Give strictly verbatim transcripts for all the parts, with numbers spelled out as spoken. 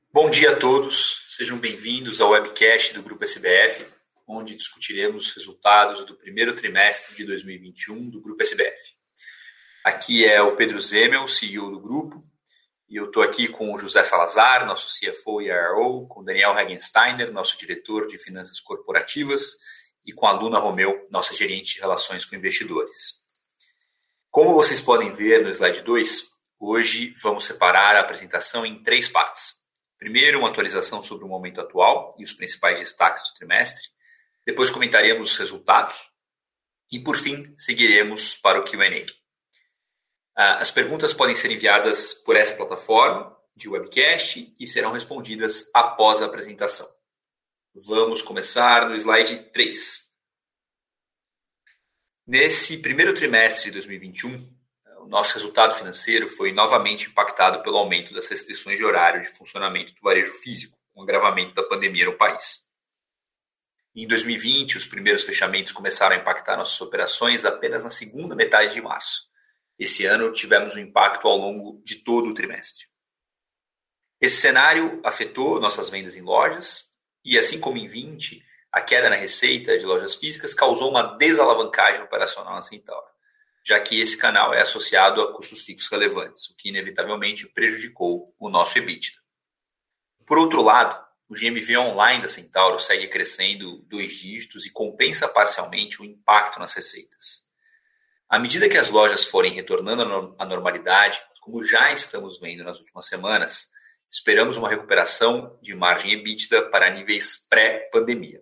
Bom dia a todos, sejam bem-vindos ao webcast do Grupo S B F, onde discutiremos os resultados do primeiro trimestre de dois mil e vinte e um do Grupo S B F. Aqui é o Pedro Zemel, C E O do grupo, e eu estou aqui com o José Salazar, nosso C F O e I R O, com o Daniel Regensteiner, nosso diretor de finanças corporativas, e com a Luna Romeu, nossa gerente de relações com investidores. Como vocês podem ver no slide dois, hoje vamos separar a apresentação em três partes. Primeiro, uma atualização sobre o momento atual e os principais destaques do trimestre. Depois comentaremos os resultados. E, por fim, seguiremos para o Q and A. As perguntas podem ser enviadas por essa plataforma de webcast e serão respondidas após a apresentação. Vamos começar no slide três. Nesse primeiro trimestre de dois mil e vinte e um, o nosso resultado financeiro foi novamente impactado pelo aumento das restrições de horário de funcionamento do varejo físico, com o agravamento da pandemia no país. Em dois mil e vinte, os primeiros fechamentos começaram a impactar nossas operações apenas na segunda metade de março. Esse ano, tivemos um impacto ao longo de todo o trimestre. Esse cenário afetou nossas vendas em lojas e, assim como em vinte, a queda na receita de lojas físicas causou uma desalavancagem operacional na Centauro, já que esse canal é associado a custos fixos relevantes, o que inevitavelmente prejudicou o nosso EBITDA. Por outro lado, o G M V online da Centauro segue crescendo dois dígitos e compensa parcialmente o impacto nas receitas. À medida que as lojas forem retornando à normalidade, como já estamos vendo nas últimas semanas, esperamos uma recuperação de margem EBITDA para níveis pré-pandemia.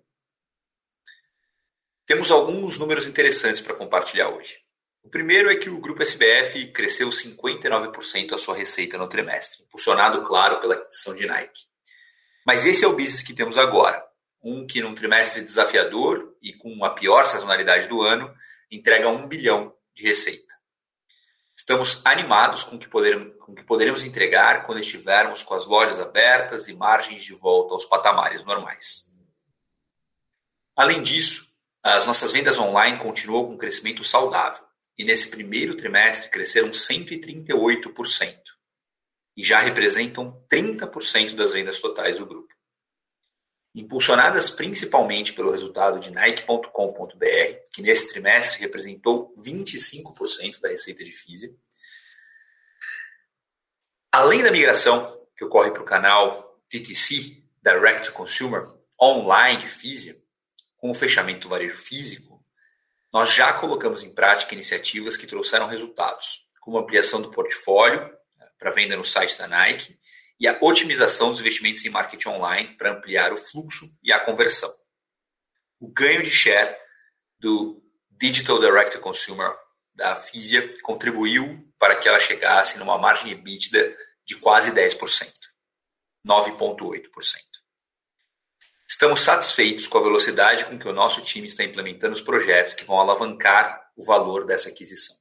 Temos alguns números interessantes para compartilhar hoje. O primeiro é que o Grupo S B F cresceu cinquenta e nove por cento a sua receita no trimestre, impulsionado, claro, pela aquisição de Nike. Mas esse é o business que temos agora, um que num trimestre desafiador e com a pior sazonalidade do ano, entrega um bilhão de receita. Estamos animados com o que poderemos, com o que poderemos entregar quando estivermos com as lojas abertas e margens de volta aos patamares normais. Além disso, as nossas vendas online continuam com um crescimento saudável. E nesse primeiro trimestre cresceram cento e trinta e oito por cento e já representam trinta por cento das vendas totais do grupo. Impulsionadas principalmente pelo resultado de Nike ponto com ponto b r, que nesse trimestre representou vinte e cinco por cento da receita de Fisia. Além da migração que ocorre para o canal D T C, Direct to Consumer, online de Fisia, com o fechamento do varejo físico, nós já colocamos em prática iniciativas que trouxeram resultados, como a ampliação do portfólio para venda no site da Nike e a otimização dos investimentos em marketing online para ampliar o fluxo e a conversão. O ganho de share do Digital Direct to Consumer da Fisia contribuiu para que ela chegasse numa margem EBITDA de quase dez por cento, nove vírgula oito por cento. Estamos satisfeitos com a velocidade com que o nosso time está implementando os projetos que vão alavancar o valor dessa aquisição.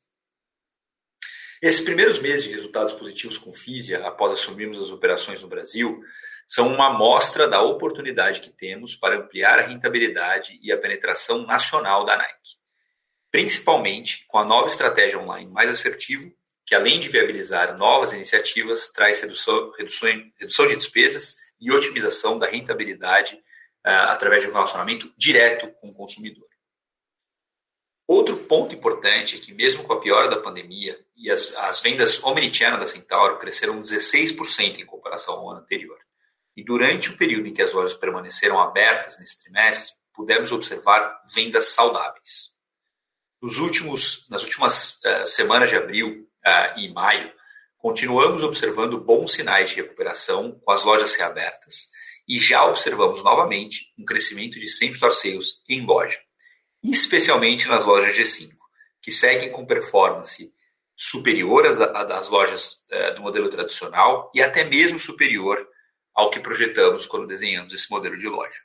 Esses primeiros meses de resultados positivos com Fisia, após assumirmos as operações no Brasil, são uma amostra da oportunidade que temos para ampliar a rentabilidade e a penetração nacional da Nike. Principalmente com a nova estratégia online mais assertiva, que além de viabilizar novas iniciativas, traz redução, redução, redução de despesas e otimização da rentabilidade Uh, através de um relacionamento direto com o consumidor. Outro ponto importante é que, mesmo com a piora da pandemia, e as, as vendas omnichannel da Centauro cresceram dezesseis por cento em comparação ao ano anterior. E durante o período em que as lojas permaneceram abertas nesse trimestre, pudemos observar vendas saudáveis. Nos últimos, nas últimas uh, semanas de abril uh, e maio, continuamos observando bons sinais de recuperação com as lojas reabertas, e já observamos novamente um crescimento de same-store sales em loja, especialmente nas lojas G cinco, que seguem com performance superior à das lojas eh, do modelo tradicional e até mesmo superior ao que projetamos quando desenhamos esse modelo de loja.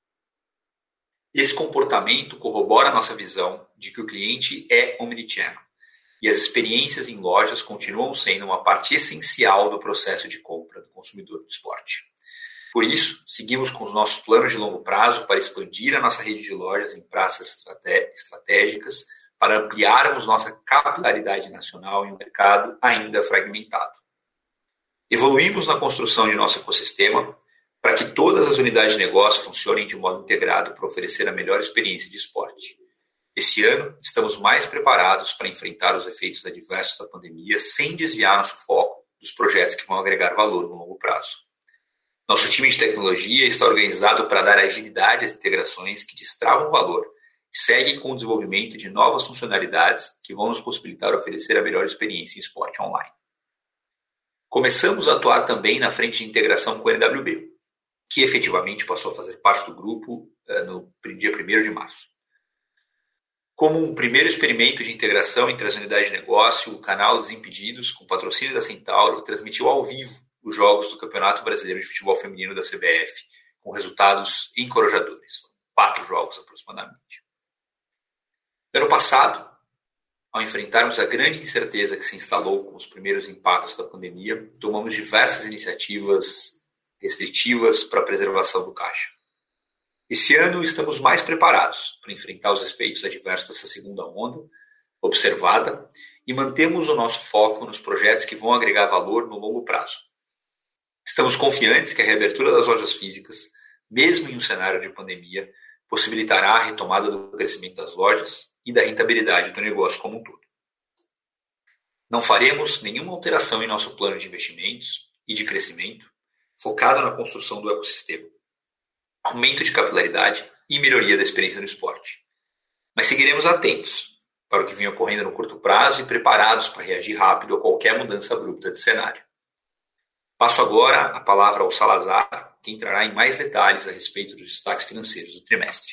Esse comportamento corrobora a nossa visão de que o cliente é omnichannel e as experiências em lojas continuam sendo uma parte essencial do processo de compra do consumidor do esporte. Por isso, seguimos com os nossos planos de longo prazo para expandir a nossa rede de lojas em praças estratégicas, para ampliarmos nossa capilaridade nacional em um mercado ainda fragmentado. Evoluímos na construção de nosso ecossistema para que todas as unidades de negócio funcionem de modo integrado para oferecer a melhor experiência de esporte. Esse ano, estamos mais preparados para enfrentar os efeitos adversos da pandemia sem desviar nosso foco dos projetos que vão agregar valor no longo prazo. Nosso time de tecnologia está organizado para dar agilidade às integrações que destravam valor e seguem com o desenvolvimento de novas funcionalidades que vão nos possibilitar oferecer a melhor experiência em esporte online. Começamos a atuar também na frente de integração com o N W B, que efetivamente passou a fazer parte do grupo uh, no dia primeiro de março. Como um primeiro experimento de integração entre as unidades de negócio, o canal Desimpedidos, com patrocínio da Centauro, transmitiu ao vivo os jogos do Campeonato Brasileiro de Futebol Feminino da C B F, com resultados encorajadores. Quatro jogos aproximadamente. No ano passado, ao enfrentarmos a grande incerteza que se instalou com os primeiros impactos da pandemia, tomamos diversas iniciativas restritivas para a preservação do caixa. Esse ano estamos mais preparados para enfrentar os efeitos adversos dessa segunda onda observada e mantemos o nosso foco nos projetos que vão agregar valor no longo prazo. Estamos confiantes que a reabertura das lojas físicas, mesmo em um cenário de pandemia, possibilitará a retomada do crescimento das lojas e da rentabilidade do negócio como um todo. Não faremos nenhuma alteração em nosso plano de investimentos e de crescimento focado na construção do ecossistema, aumento de capilaridade e melhoria da experiência no esporte. Mas seguiremos atentos para o que vem ocorrendo no curto prazo e preparados para reagir rápido a qualquer mudança abrupta de cenário. Passo agora a palavra ao Salazar, que entrará em mais detalhes a respeito dos destaques financeiros do trimestre.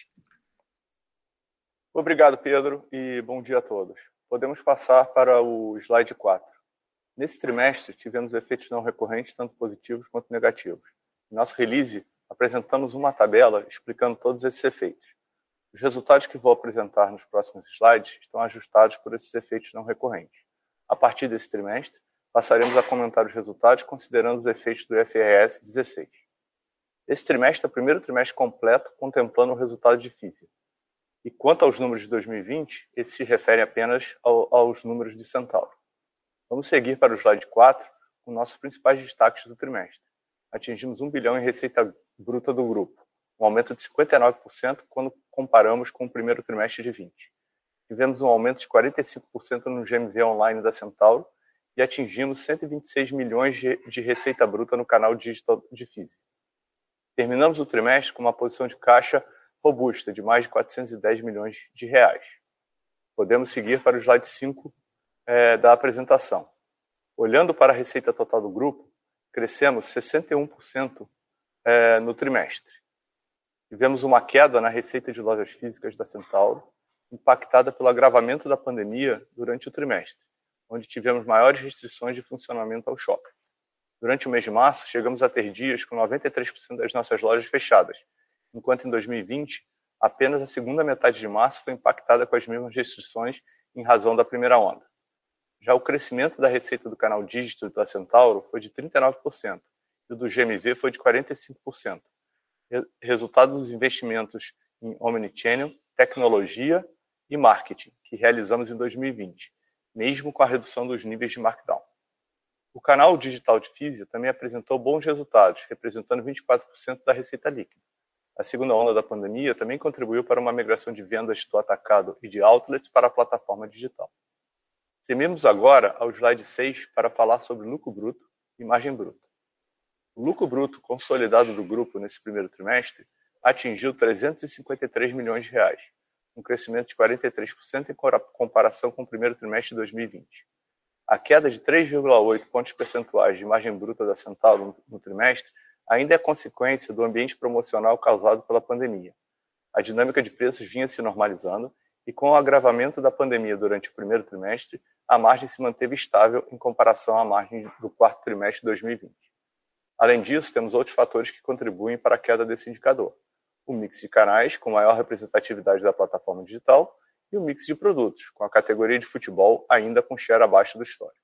Obrigado, Pedro, e bom dia a todos. Podemos passar para o slide quatro. Nesse trimestre, tivemos efeitos não recorrentes, tanto positivos quanto negativos. Em nosso release, apresentamos uma tabela explicando todos esses efeitos. Os resultados que vou apresentar nos próximos slides estão ajustados por esses efeitos não recorrentes. A partir desse trimestre, passaremos a comentar os resultados considerando os efeitos do I F R S dezesseis. Esse trimestre é o primeiro trimestre completo contemplando o resultado de Fisia. E quanto aos números de dois mil e vinte, esses se referem apenas ao, aos números de Centauro. Vamos seguir para o slide quatro com nossos principais destaques do trimestre. Atingimos um bilhão em receita bruta do grupo, um aumento de cinquenta e nove por cento quando comparamos com o primeiro trimestre de vinte. Tivemos um aumento de quarenta e cinco por cento no G M V online da Centauro e atingimos cento e vinte e seis milhões de receita bruta no canal digital de Fisia. Terminamos o trimestre com uma posição de caixa robusta de mais de quatrocentos e dez milhões de reais. Podemos seguir para o slide cinco é, da apresentação. Olhando para a receita total do grupo, crescemos sessenta e um por cento é, no trimestre. Tivemos uma queda na receita de lojas físicas da Centauro, impactada pelo agravamento da pandemia durante o trimestre, onde tivemos maiores restrições de funcionamento ao shopping. Durante o mês de março, chegamos a ter dias com noventa e três por cento das nossas lojas fechadas, enquanto em dois mil e vinte, apenas a segunda metade de março foi impactada com as mesmas restrições em razão da primeira onda. Já o crescimento da receita do canal digital da Centauro foi de trinta e nove por cento e o do G M V foi de quarenta e cinco por cento, resultado dos investimentos em omnichannel, tecnologia e marketing que realizamos em dois mil e vinte, mesmo com a redução dos níveis de markdown. O canal digital de Fisia também apresentou bons resultados, representando vinte e quatro por cento da receita líquida. A segunda onda da pandemia também contribuiu para uma migração de vendas do atacado e de outlets para a plataforma digital. Seguimos agora ao slide seis para falar sobre lucro bruto e margem bruta. O lucro bruto consolidado do grupo nesse primeiro trimestre atingiu trezentos e cinquenta e três milhões de reais, um crescimento de quarenta e três por cento em comparação com o primeiro trimestre de dois mil e vinte. A queda de três vírgula oito pontos percentuais de margem bruta da Centauro no trimestre ainda é consequência do ambiente promocional causado pela pandemia. A dinâmica de preços vinha se normalizando e, com o agravamento da pandemia durante o primeiro trimestre, a margem se manteve estável em comparação à margem do quarto trimestre de dois mil e vinte. Além disso, temos outros fatores que contribuem para a queda desse indicador. O mix de canais, com maior representatividade da plataforma digital, e o mix de produtos, com a categoria de futebol ainda com share abaixo do histórico.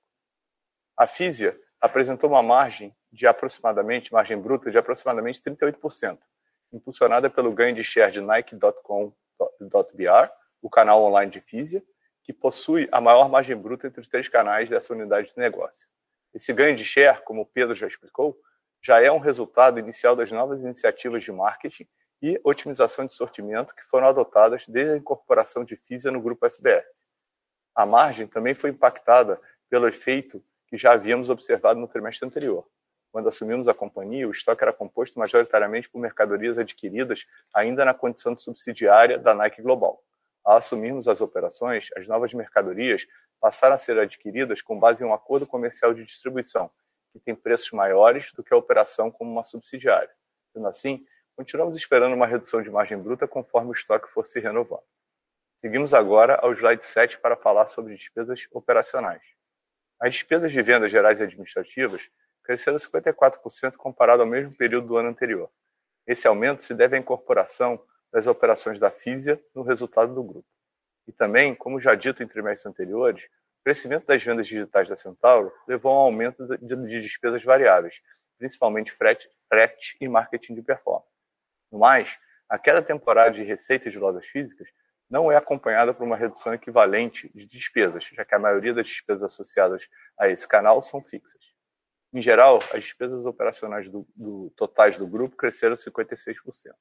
A Fisia apresentou uma margem de aproximadamente, margem bruta de aproximadamente trinta e oito por cento, impulsionada pelo ganho de share de Nike ponto com ponto b r, o canal online de Fisia, que possui a maior margem bruta entre os três canais dessa unidade de negócio. Esse ganho de share, como o Pedro já explicou, já é um resultado inicial das novas iniciativas de marketing e otimização de sortimento que foram adotadas desde a incorporação de Fisia no grupo S B R. A margem também foi impactada pelo efeito que já havíamos observado no trimestre anterior. Quando assumimos a companhia, o estoque era composto majoritariamente por mercadorias adquiridas ainda na condição de subsidiária da Nike Global. Ao assumirmos as operações, as novas mercadorias passaram a ser adquiridas com base em um acordo comercial de distribuição, que tem preços maiores do que a operação como uma subsidiária. Sendo assim, continuamos esperando uma redução de margem bruta conforme o estoque for se renovando. Seguimos agora ao slide sete para falar sobre despesas operacionais. As despesas de vendas gerais e administrativas cresceram cinquenta e quatro por cento comparado ao mesmo período do ano anterior. Esse aumento se deve à incorporação das operações da Fisia no resultado do grupo. E também, como já dito em trimestres anteriores, o crescimento das vendas digitais da Centauro levou a um aumento de despesas variáveis, principalmente frete, frete e marketing de performance. No mais, a queda temporária de receitas de lojas físicas não é acompanhada por uma redução equivalente de despesas, já que a maioria das despesas associadas a esse canal são fixas. Em geral, as despesas operacionais do, do, totais do grupo cresceram cinquenta e seis por cento.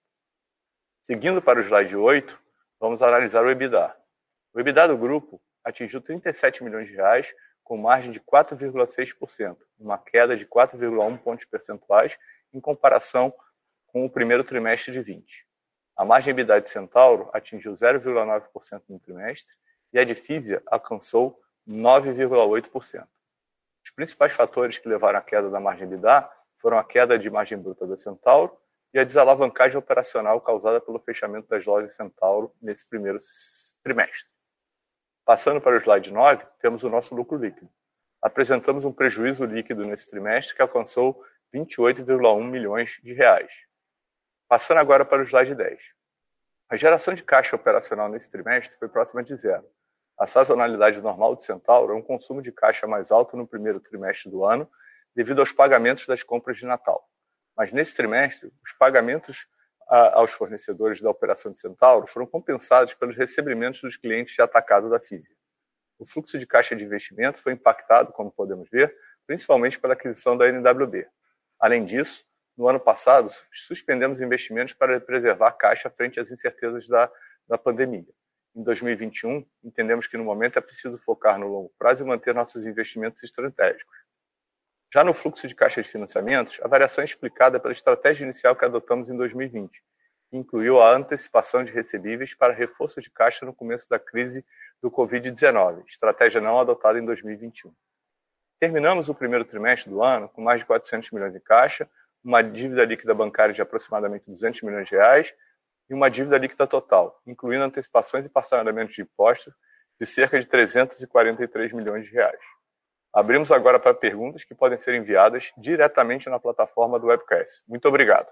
Seguindo para o slide oito, vamos analisar o EBITDA. O EBITDA do grupo atingiu trinta e sete milhões de reais, com margem de quatro vírgula seis por cento, uma queda de quatro vírgula um pontos percentuais em comparação com o primeiro trimestre de vinte. A margem EBITDA de Centauro atingiu zero vírgula nove por cento no trimestre e a de Fisia alcançou nove vírgula oito por cento. Os principais fatores que levaram à queda da margem EBITDA foram a queda de margem bruta da Centauro e a desalavancagem operacional causada pelo fechamento das lojas Centauro nesse primeiro trimestre. Passando para o slide nove, temos o nosso lucro líquido. Apresentamos um prejuízo líquido nesse trimestre que alcançou vinte e oito vírgula um milhões de reais. Passando agora para o slide dez. A geração de caixa operacional nesse trimestre foi próxima de zero. A sazonalidade normal de Centauro é um consumo de caixa mais alto no primeiro trimestre do ano, devido aos pagamentos das compras de Natal. Mas nesse trimestre, os pagamentos a, aos fornecedores da operação de Centauro foram compensados pelos recebimentos dos clientes de atacado da Fisia. O fluxo de caixa de investimento foi impactado, como podemos ver, principalmente pela aquisição da N W B. Além disso, no ano passado, suspendemos investimentos para preservar a caixa frente às incertezas da, da pandemia. Em dois mil e vinte e um, entendemos que no momento é preciso focar no longo prazo e manter nossos investimentos estratégicos. Já no fluxo de caixa de financiamentos, a variação é explicada pela estratégia inicial que adotamos em dois mil e vinte, que incluiu a antecipação de recebíveis para reforço de caixa no começo da crise do covid dezenove, estratégia não adotada em dois mil e vinte e um. Terminamos o primeiro trimestre do ano com mais de quatrocentos milhões em caixa, uma dívida líquida bancária de aproximadamente duzentos milhões de reais e uma dívida líquida total, incluindo antecipações e parcelamentos de impostos, de cerca de trezentos e quarenta e três milhões de reais. Abrimos agora para perguntas que podem ser enviadas diretamente na plataforma do webcast. Muito obrigado.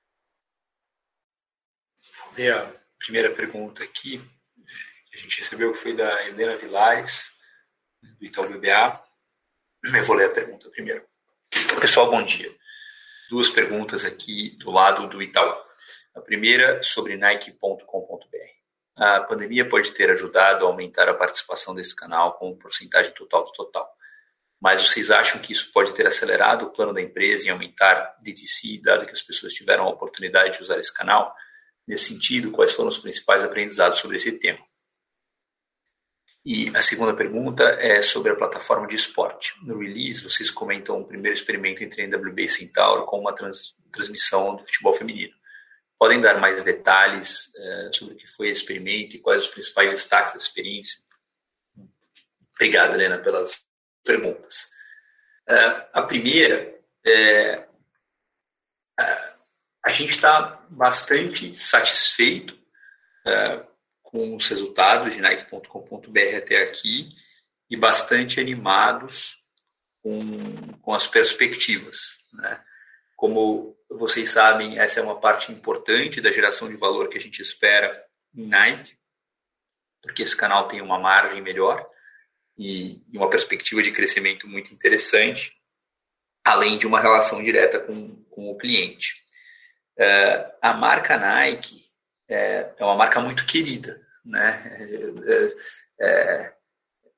Vou ler a primeira pergunta aqui, que a gente recebeu, que foi da Helena Vilares, do Itaú B B A. Eu vou ler a pergunta primeiro. Pessoal, bom dia. Duas perguntas aqui do lado do Itaú. A primeira sobre Nike ponto com ponto b r. A pandemia pode ter ajudado a aumentar a participação desse canal como porcentagem total do total. Mas vocês acham que isso pode ter acelerado o plano da empresa em aumentar D T C, dado que as pessoas tiveram a oportunidade de usar esse canal? Nesse sentido, quais foram os principais aprendizados sobre esse tema? E a segunda pergunta é sobre a plataforma de esporte. No release, vocês comentam o primeiro experimento entre N W B e Centauro com uma trans, transmissão do futebol feminino. Podem dar mais detalhes uh, sobre o que foi esse experimento e quais os principais destaques da experiência? Obrigado, Helena, pelas perguntas. Uh, a primeira é uh, a gente está bastante satisfeito uh, com os resultados de Nike ponto com ponto b r até aqui e bastante animados com, com as perspectivas, né? Como vocês sabem, essa é uma parte importante da geração de valor que a gente espera em Nike, porque esse canal tem uma margem melhor e uma perspectiva de crescimento muito interessante, além de uma relação direta com, com o cliente. Uh, a marca Nike é, é uma marca muito querida, né? É, é,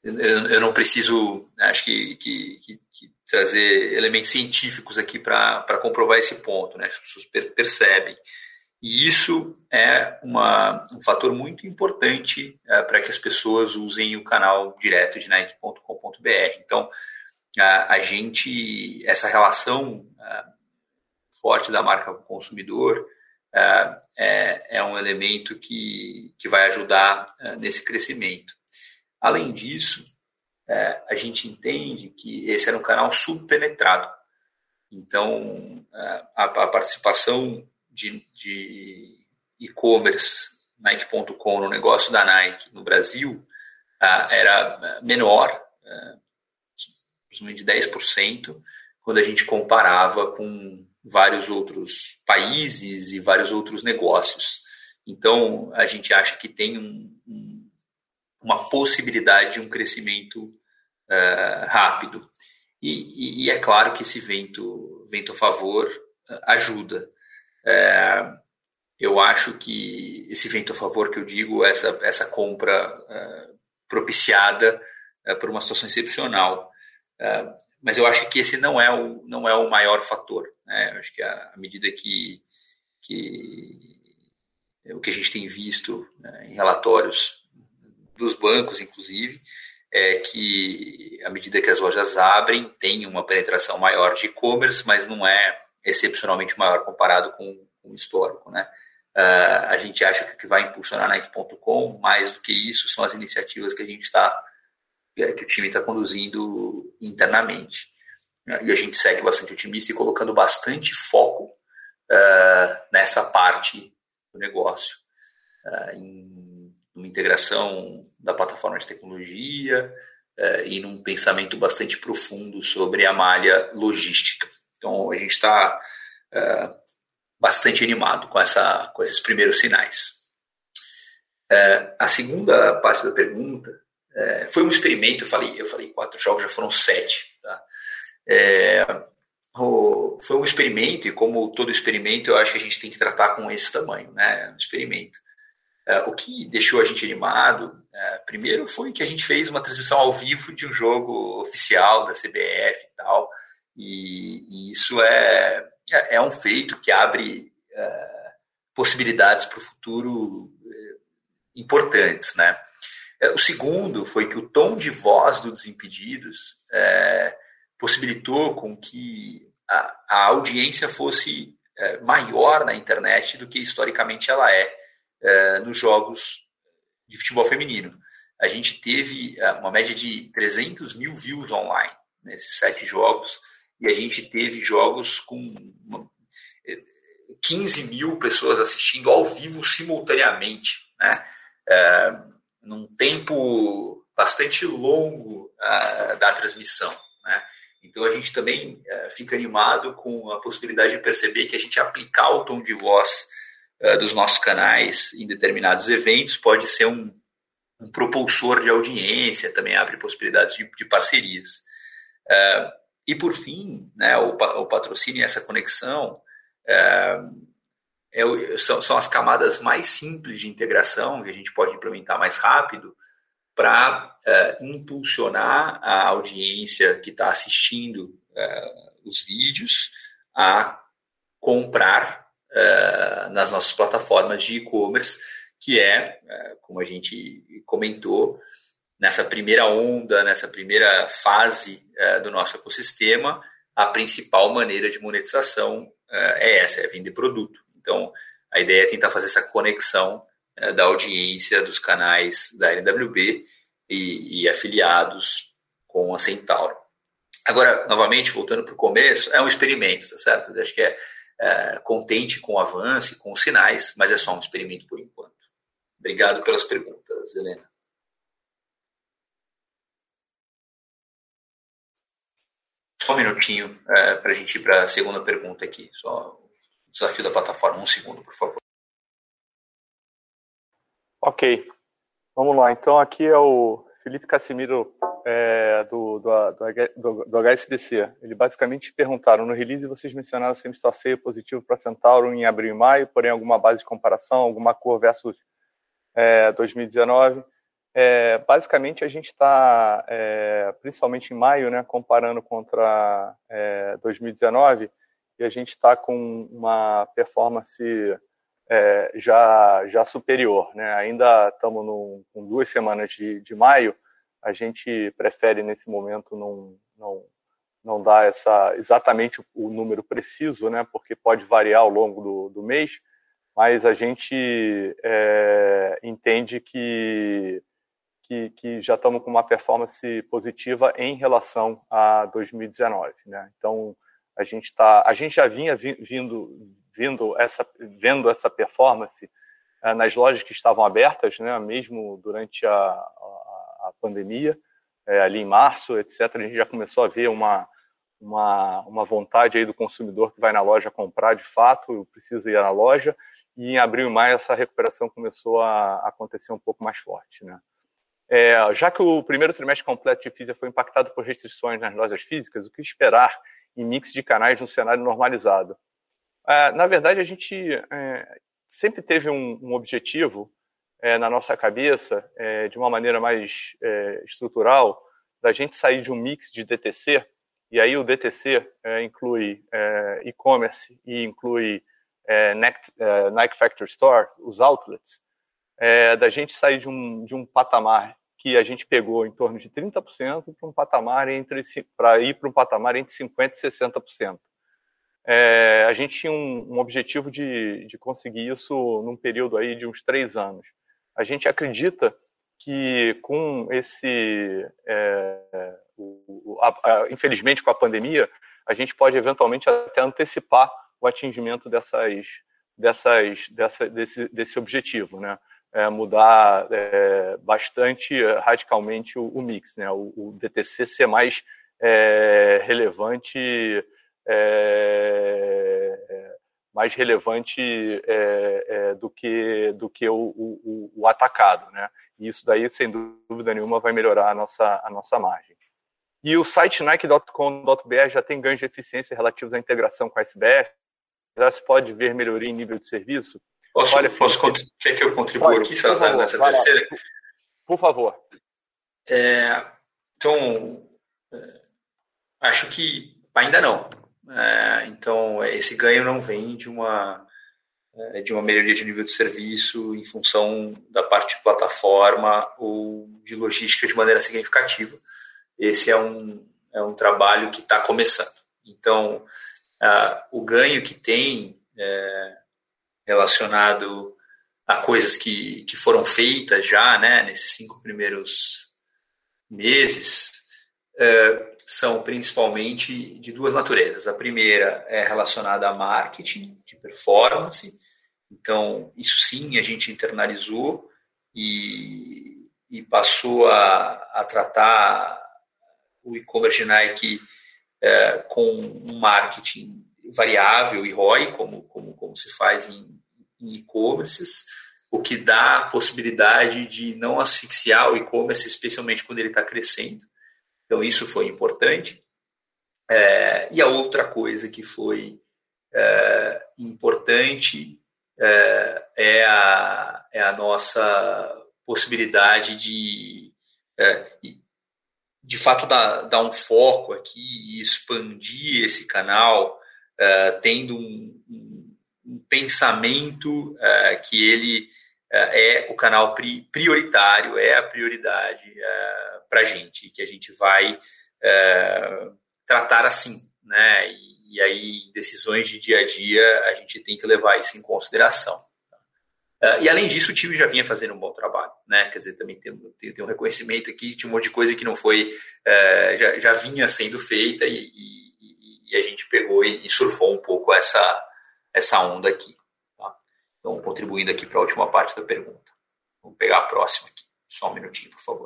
eu, eu não preciso, acho que, que, que, que trazer elementos científicos aqui para comprovar esse ponto, né? As pessoas per, percebem. E isso é uma, um fator muito importante é, para que as pessoas usem o canal direto de Nike ponto com ponto b r. Então, a, a gente, essa relação a, forte da marca com o consumidor a, é, é um elemento que, que vai ajudar a, nesse crescimento. Além disso, é, a gente entende que esse era um canal subpenetrado. Então, a, a participação de, de e-commerce Nike ponto com no negócio da Nike no Brasil uh, era menor, uh, aproximadamente dez por cento, quando a gente comparava com vários outros países e vários outros negócios. Então, a gente acha que tem um, um, uma possibilidade de um crescimento uh, rápido. E, e, e é claro que esse vento, vento a favor uh, ajuda. É, eu acho que esse vento a favor que eu digo, essa, essa compra uh, propiciada uh, por uma situação excepcional. Uh, mas eu acho que esse não é o, não é o maior fator. Né? Eu acho que à medida que, que o que a gente tem visto né, em relatórios dos bancos, inclusive, é que à medida que as lojas abrem, tem uma penetração maior de e-commerce, mas não é excepcionalmente maior comparado com, com o histórico, né? Uh, a gente acha que o que vai impulsionar Nike ponto com, mais do que isso, são as iniciativas que a gente está, que o time está conduzindo internamente. Uh, e a gente segue bastante otimista e colocando bastante foco uh, nessa parte do negócio, uh, em uma integração da plataforma de tecnologia uh, e num pensamento bastante profundo sobre a malha logística. Então, a gente está uh, bastante animado com, essa, com esses primeiros sinais. Uh, a segunda parte da pergunta uh, foi um experimento, eu falei, eu falei quatro jogos, já foram sete. Tá? Uh, o, foi um experimento, e como todo experimento, eu acho que a gente tem que tratar com esse tamanho, né? Um experimento. Uh, o que deixou a gente animado, uh, primeiro foi que a gente fez uma transmissão ao vivo de um jogo oficial da C B F e tal, E, e isso é, é um feito que abre uh, possibilidades para o futuro uh, importantes, né? Uh, o segundo foi que o tom de voz do Desimpedidos uh, possibilitou com que a, a audiência fosse uh, maior na internet do que historicamente ela é uh, nos jogos de futebol feminino. A gente teve uh, uma média de trezentos mil views online nesses sete jogos, e a gente teve jogos com quinze mil pessoas assistindo ao vivo simultaneamente, né? É, num tempo bastante longo uh, da transmissão, né? Então a gente também uh, fica animado com a possibilidade de perceber que a gente aplicar o tom de voz uh, dos nossos canais em determinados eventos pode ser um, um propulsor de audiência, também abre possibilidades de, de parcerias. Uh, E, por fim, né, o, o patrocínio e essa conexão é, é, são, são as camadas mais simples de integração que a gente pode implementar mais rápido para é, impulsionar a audiência que está assistindo é, os vídeos a comprar é, nas nossas plataformas de e-commerce, que é, é, como a gente comentou, nessa primeira onda, nessa primeira fase uh, do nosso ecossistema, a principal maneira de monetização uh, é essa, é vender produto. Então, a ideia é tentar fazer essa conexão uh, da audiência dos canais da N W B e, e afiliados com a Centauro. Agora, novamente, voltando para o começo, é um experimento, tá certo? Eu acho que é uh, contente com o avanço e com os sinais, mas é só um experimento por enquanto. Obrigado pelas perguntas, Helena. Só um minutinho é, para a gente ir para a segunda pergunta aqui. Só o desafio da plataforma. Um segundo, por favor. Ok. Vamos lá. Então, aqui é o Felipe Cassimiro, é, do, do, do, do H S B C. Ele basicamente perguntaram, no release vocês mencionaram sempre torceio positivo para Centauro em abril e maio, porém alguma base de comparação, alguma cor versus é, dois mil e dezenove. É, basicamente, a gente está, é, principalmente em maio, né, comparando contra é, dois mil e dezenove, e a gente está com uma performance é, já, já superior, né? Ainda estamos num, com duas semanas de, de maio, a gente prefere, nesse momento, não, não, não dar essa, exatamente o, o número preciso, né, porque pode variar ao longo do, do mês, mas a gente é, entende que Que, que já estamos com uma performance positiva em relação a dois mil e dezenove, né? Então a gente tá, a gente já vinha vindo, vindo essa, vendo essa performance eh, nas lojas que estavam abertas, né? Mesmo durante a, a, a pandemia, eh, ali em março, etcétera. A gente já começou a ver uma uma, uma vontade aí do consumidor que vai na loja comprar de fato, precisa ir na loja. E em abril e maio essa recuperação começou a acontecer um pouco mais forte, né? É, já que o primeiro trimestre completo de Fisia foi impactado por restrições nas lojas físicas, o que esperar em mix de canais num cenário normalizado? É, na verdade, a gente é, sempre teve um, um objetivo é, na nossa cabeça, é, de uma maneira mais é, estrutural, da gente sair de um mix de D T C, e aí o D T C é, inclui é, e-commerce e inclui é, Nike, é, Nike Factory Store, os outlets, é, da gente sair de um, de um patamar que a gente pegou em torno de trinta por cento para um patamar entre para ir para um patamar entre cinquenta por cento e sessenta por cento. É, a gente tinha um, um objetivo de, de conseguir isso num período aí de uns três anos. A gente acredita que com esse, é, o, a, a, infelizmente com a pandemia, a gente pode eventualmente até antecipar o atingimento dessas, dessas, dessa, desse, desse objetivo, né? É, mudar é, bastante radicalmente o, o mix, né? O, o D T C ser mais é, relevante, é, mais relevante é, é, do que do que o, o, o atacado, né? E isso daí, sem dúvida nenhuma, vai melhorar a nossa a nossa margem. E o site Nike ponto com ponto b r já tem ganhos de eficiência relativos à integração com a S B F. Já se pode ver melhoria em nível de serviço. Posso, Olha, posso Felipe, quer que eu contribua pode, aqui, Salazar, nessa terceira? Por, por favor. É, então, é, acho que ainda não. É, então, esse ganho não vem de uma, de uma melhoria de nível de serviço em função da parte de plataforma ou de logística de maneira significativa. Esse é um, é um trabalho que está começando. Então, uh, o ganho que tem é, relacionado a coisas que, que foram feitas já, né, nesses cinco primeiros meses, é, são principalmente de duas naturezas. A primeira é relacionada a marketing, de performance. Então, isso sim a gente internalizou e, e passou a, a tratar o e-commerce de Nike é, com um marketing variável e R O I, como, como, como se faz em, em e-commerces, o que dá a possibilidade de não asfixiar o e-commerce, especialmente quando ele está crescendo. Então, isso foi importante. É, e a outra coisa que foi é, importante é, é, a, é a nossa possibilidade de, é, de fato, dar, dar um foco aqui e expandir esse canal, é, tendo um, um, um pensamento é, que ele é o canal prioritário, é a prioridade é, para a gente, que a gente vai é, tratar assim, né? E, e aí, decisões de dia a dia, a gente tem que levar isso em consideração. Uh, e além disso, o time já vinha fazendo um bom trabalho, né? Quer dizer, também tem, tem, tem um reconhecimento aqui, tinha um monte de coisa que não foi, uh, já, já vinha sendo feita e, e, e a gente pegou e, e surfou um pouco essa, essa onda aqui. Tá? Então, contribuindo aqui para a última parte da pergunta. Vamos pegar a próxima aqui. Só um minutinho, por favor.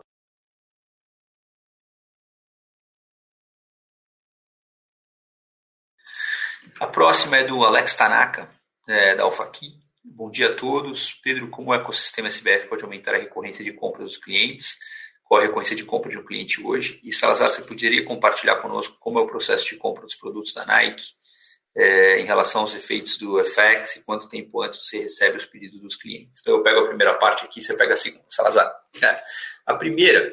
A próxima é do Alex Tanaka, é, da Alphakey. Bom dia a todos. Pedro, como o ecossistema S B F pode aumentar a recorrência de compra dos clientes? Qual a recorrência de compra de um cliente hoje? E, Salazar, você poderia compartilhar conosco como é o processo de compra dos produtos da Nike? é, em relação aos efeitos do F X e quanto tempo antes você recebe os pedidos dos clientes. Então, eu pego a primeira parte aqui, você pega a segunda, Salazar. É, a primeira,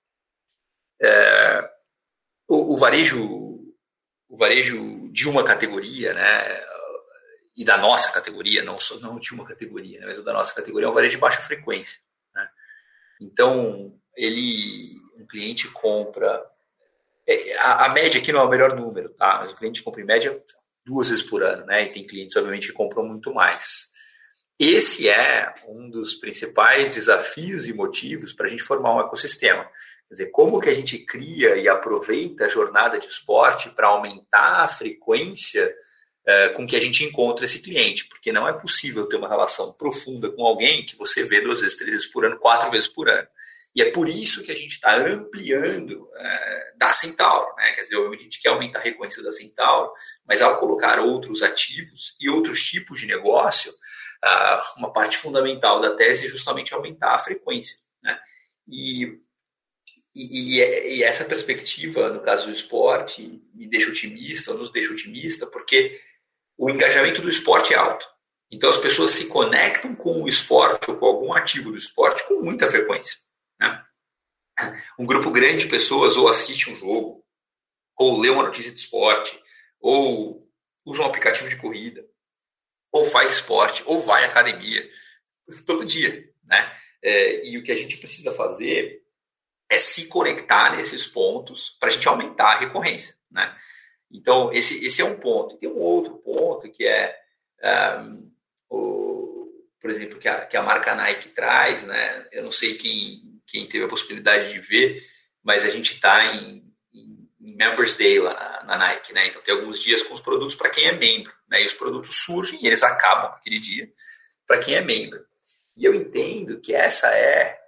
é, o, o, varejo, o varejo de uma categoria, né, e da nossa categoria, não, só, não de uma categoria, né, mas o da nossa categoria é um varejo de baixa frequência. Né? Então, ele, um cliente compra... A, a média aqui não é o melhor número, tá? Mas o cliente compra em média duas vezes por ano, né? E tem clientes, obviamente, que compram muito mais. Esse é um dos principais desafios e motivos para a gente formar um ecossistema. Quer dizer, como que a gente cria e aproveita a jornada de esporte para aumentar a frequência uh, com que a gente encontra esse cliente? Porque não é possível ter uma relação profunda com alguém que você vê duas vezes, três vezes por ano, quatro vezes por ano. E é por isso que a gente está ampliando uh, da Centauro, né? Quer dizer, a gente quer aumentar a frequência da Centauro, mas ao colocar outros ativos e outros tipos de negócio, uh, uma parte fundamental da tese é justamente aumentar a frequência. Né? E, e, e essa perspectiva, no caso do esporte, me deixa otimista, ou nos deixa otimista, porque o engajamento do esporte é alto. Então as pessoas se conectam com o esporte ou com algum ativo do esporte com muita frequência. Né? Um grupo grande de pessoas ou assiste um jogo, ou lê uma notícia de esporte, ou usa um aplicativo de corrida, ou faz esporte, ou vai à academia, todo dia. Né? É, e o que a gente precisa fazer é se conectar nesses pontos para a gente aumentar a recorrência. Né? Então, esse, esse é um ponto. E tem um outro ponto que é, um, o, por exemplo, que a, que a marca Nike traz. Né? Eu não sei quem... quem teve a possibilidade de ver, mas a gente está em, em, em Members Day lá na, na Nike, né? Então tem alguns dias com os produtos para quem é membro, né? E os produtos surgem e eles acabam aquele dia para quem é membro. E eu entendo que essa é,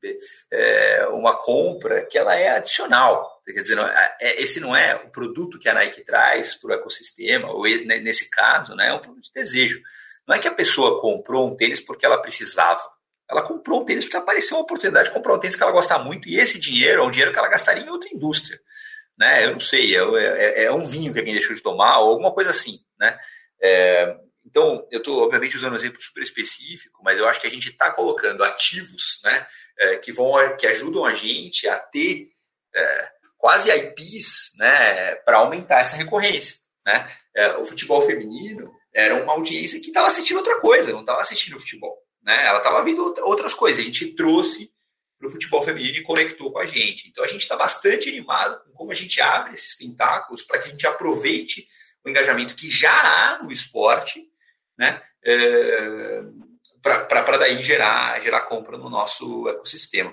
é uma compra que ela é adicional. Quer dizer, não é, esse não é o produto que a Nike traz para o ecossistema, ou nesse caso, né, é um produto de desejo. Não é que a pessoa comprou um tênis porque ela precisava. Ela comprou um tênis porque apareceu uma oportunidade de comprar um tênis que ela gosta muito, e esse dinheiro é um dinheiro que ela gastaria em outra indústria. Né? Eu não sei, é, é, é um vinho que alguém deixou de tomar, ou alguma coisa assim. Né? É, então, eu estou, obviamente, usando um exemplo super específico, mas eu acho que a gente está colocando ativos, né, é, que, vão, que ajudam a gente a ter é, quase I Ps, né, para aumentar essa recorrência. Né? É, o futebol feminino era uma audiência que estava assistindo outra coisa, não estava assistindo futebol. Né? Ela estava vendo outras coisas. A gente trouxe para o futebol feminino e conectou com a gente. Então, a gente está bastante animado com como a gente abre esses tentáculos para que a gente aproveite o engajamento que já há no esporte, né? É, para daí gerar, gerar compra no nosso ecossistema.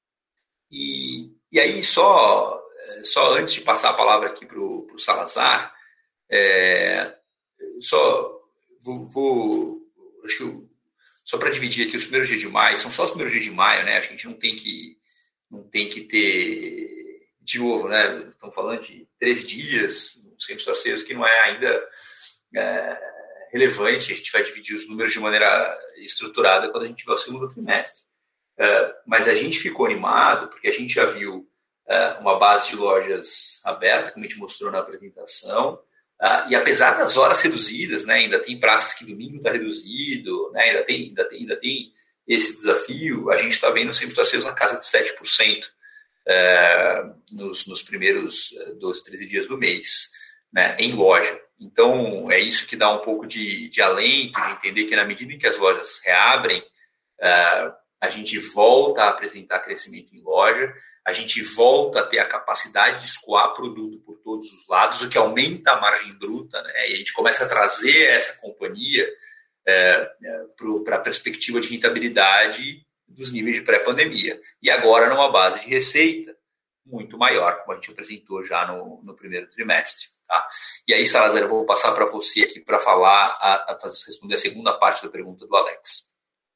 E, e aí, só, só antes de passar a palavra aqui para o Salazar, é, só vou, vou acho que eu, só para dividir aqui os primeiros dias de maio, são só os primeiros dias de maio, né? A gente não tem que, não tem que ter, de novo, né? Estamos falando de treze dias, sempre parceiros, que não é ainda é, relevante. A gente vai dividir os números de maneira estruturada quando a gente tiver o segundo trimestre. É, mas a gente ficou animado porque a gente já viu é, uma base de lojas aberta, como a gente mostrou na apresentação. Uh, e apesar das horas reduzidas, né, ainda tem praças que domingo está reduzido, né, ainda, tem, ainda, tem, ainda tem esse desafio, a gente está vendo sempre parceiros na casa de sete por cento uh, nos, nos primeiros doze, treze dias do mês, né, em loja. Então, é isso que dá um pouco de, de alento, de entender que na medida em que as lojas reabrem, uh, a gente volta a apresentar crescimento em loja, a gente volta a ter a capacidade de escoar produto por todos os lados, o que aumenta a margem bruta, né? E a gente começa a trazer essa companhia é, é, para a perspectiva de rentabilidade dos níveis de pré-pandemia. E agora numa base de receita muito maior, como a gente apresentou já no, no primeiro trimestre. Tá? E aí, Salazar, eu vou passar para você aqui para falar, a, a fazer, responder a segunda parte da pergunta do Alex.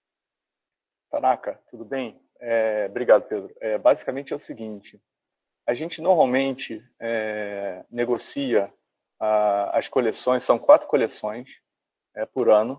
Tanaka, tudo bem? É, obrigado, Pedro. É, basicamente é o seguinte, a gente normalmente é, negocia a, as coleções, são quatro coleções é, por ano,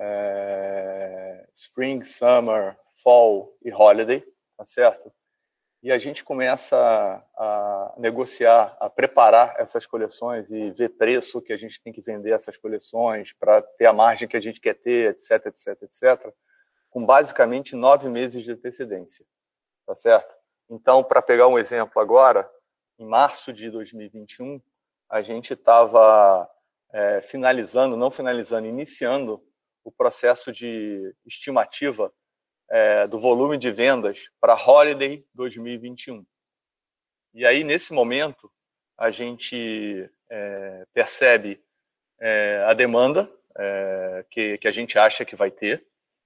é, Spring, Summer, Fall e Holiday, tá certo? e a gente começa a, a negociar, a preparar essas coleções e ver preço que a gente tem que vender essas coleções para ter a margem que a gente quer ter, etc, etc, etc, com basicamente nove meses de antecedência, tá certo? Então, para pegar um exemplo agora, em março de dois mil e vinte e um, a gente estava é, finalizando, não finalizando, iniciando o processo de estimativa é, do volume de vendas para Holiday dois mil e vinte e um. E aí, nesse momento, a gente é, percebe é, a demanda é, que, que a gente acha que vai ter,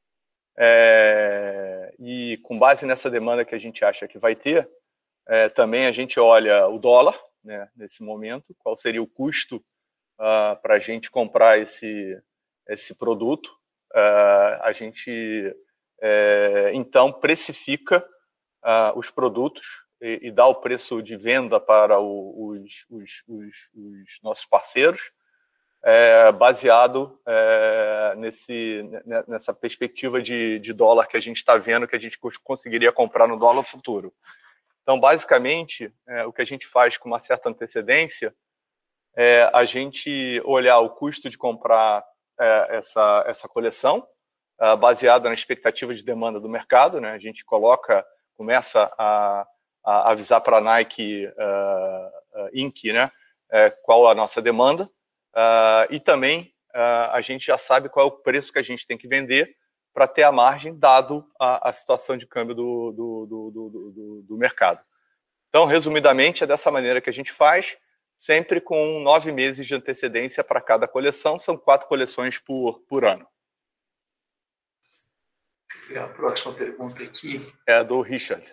é, e com base nessa demanda que a gente acha que vai ter, é, também a gente olha o dólar, né, nesse momento, qual seria o custo uh, para a gente comprar esse, esse produto. Uh, a gente É, então, precifica uh, os produtos e, e dá o preço de venda para o, os, os, os, os nossos parceiros, é, baseado é, nesse, nessa perspectiva de, de dólar que a gente está vendo, que a gente conseguiria comprar no dólar futuro. Então, basicamente, é, o que a gente faz com uma certa antecedência é a gente olhar o custo de comprar é, essa, essa coleção, Uh, baseada na expectativa de demanda do mercado, né? A gente coloca, começa a, a avisar para a Nike uh, uh, Inc, né? Uh, qual a nossa demanda, uh, e também uh, a gente já sabe qual é o preço que a gente tem que vender para ter a margem, dado a, a situação de câmbio do, do, do, do, do, do mercado. Então, resumidamente, é dessa maneira que a gente faz, sempre com nove meses de antecedência para cada coleção, são quatro coleções por, por ano. E a próxima pergunta aqui é a do Richard.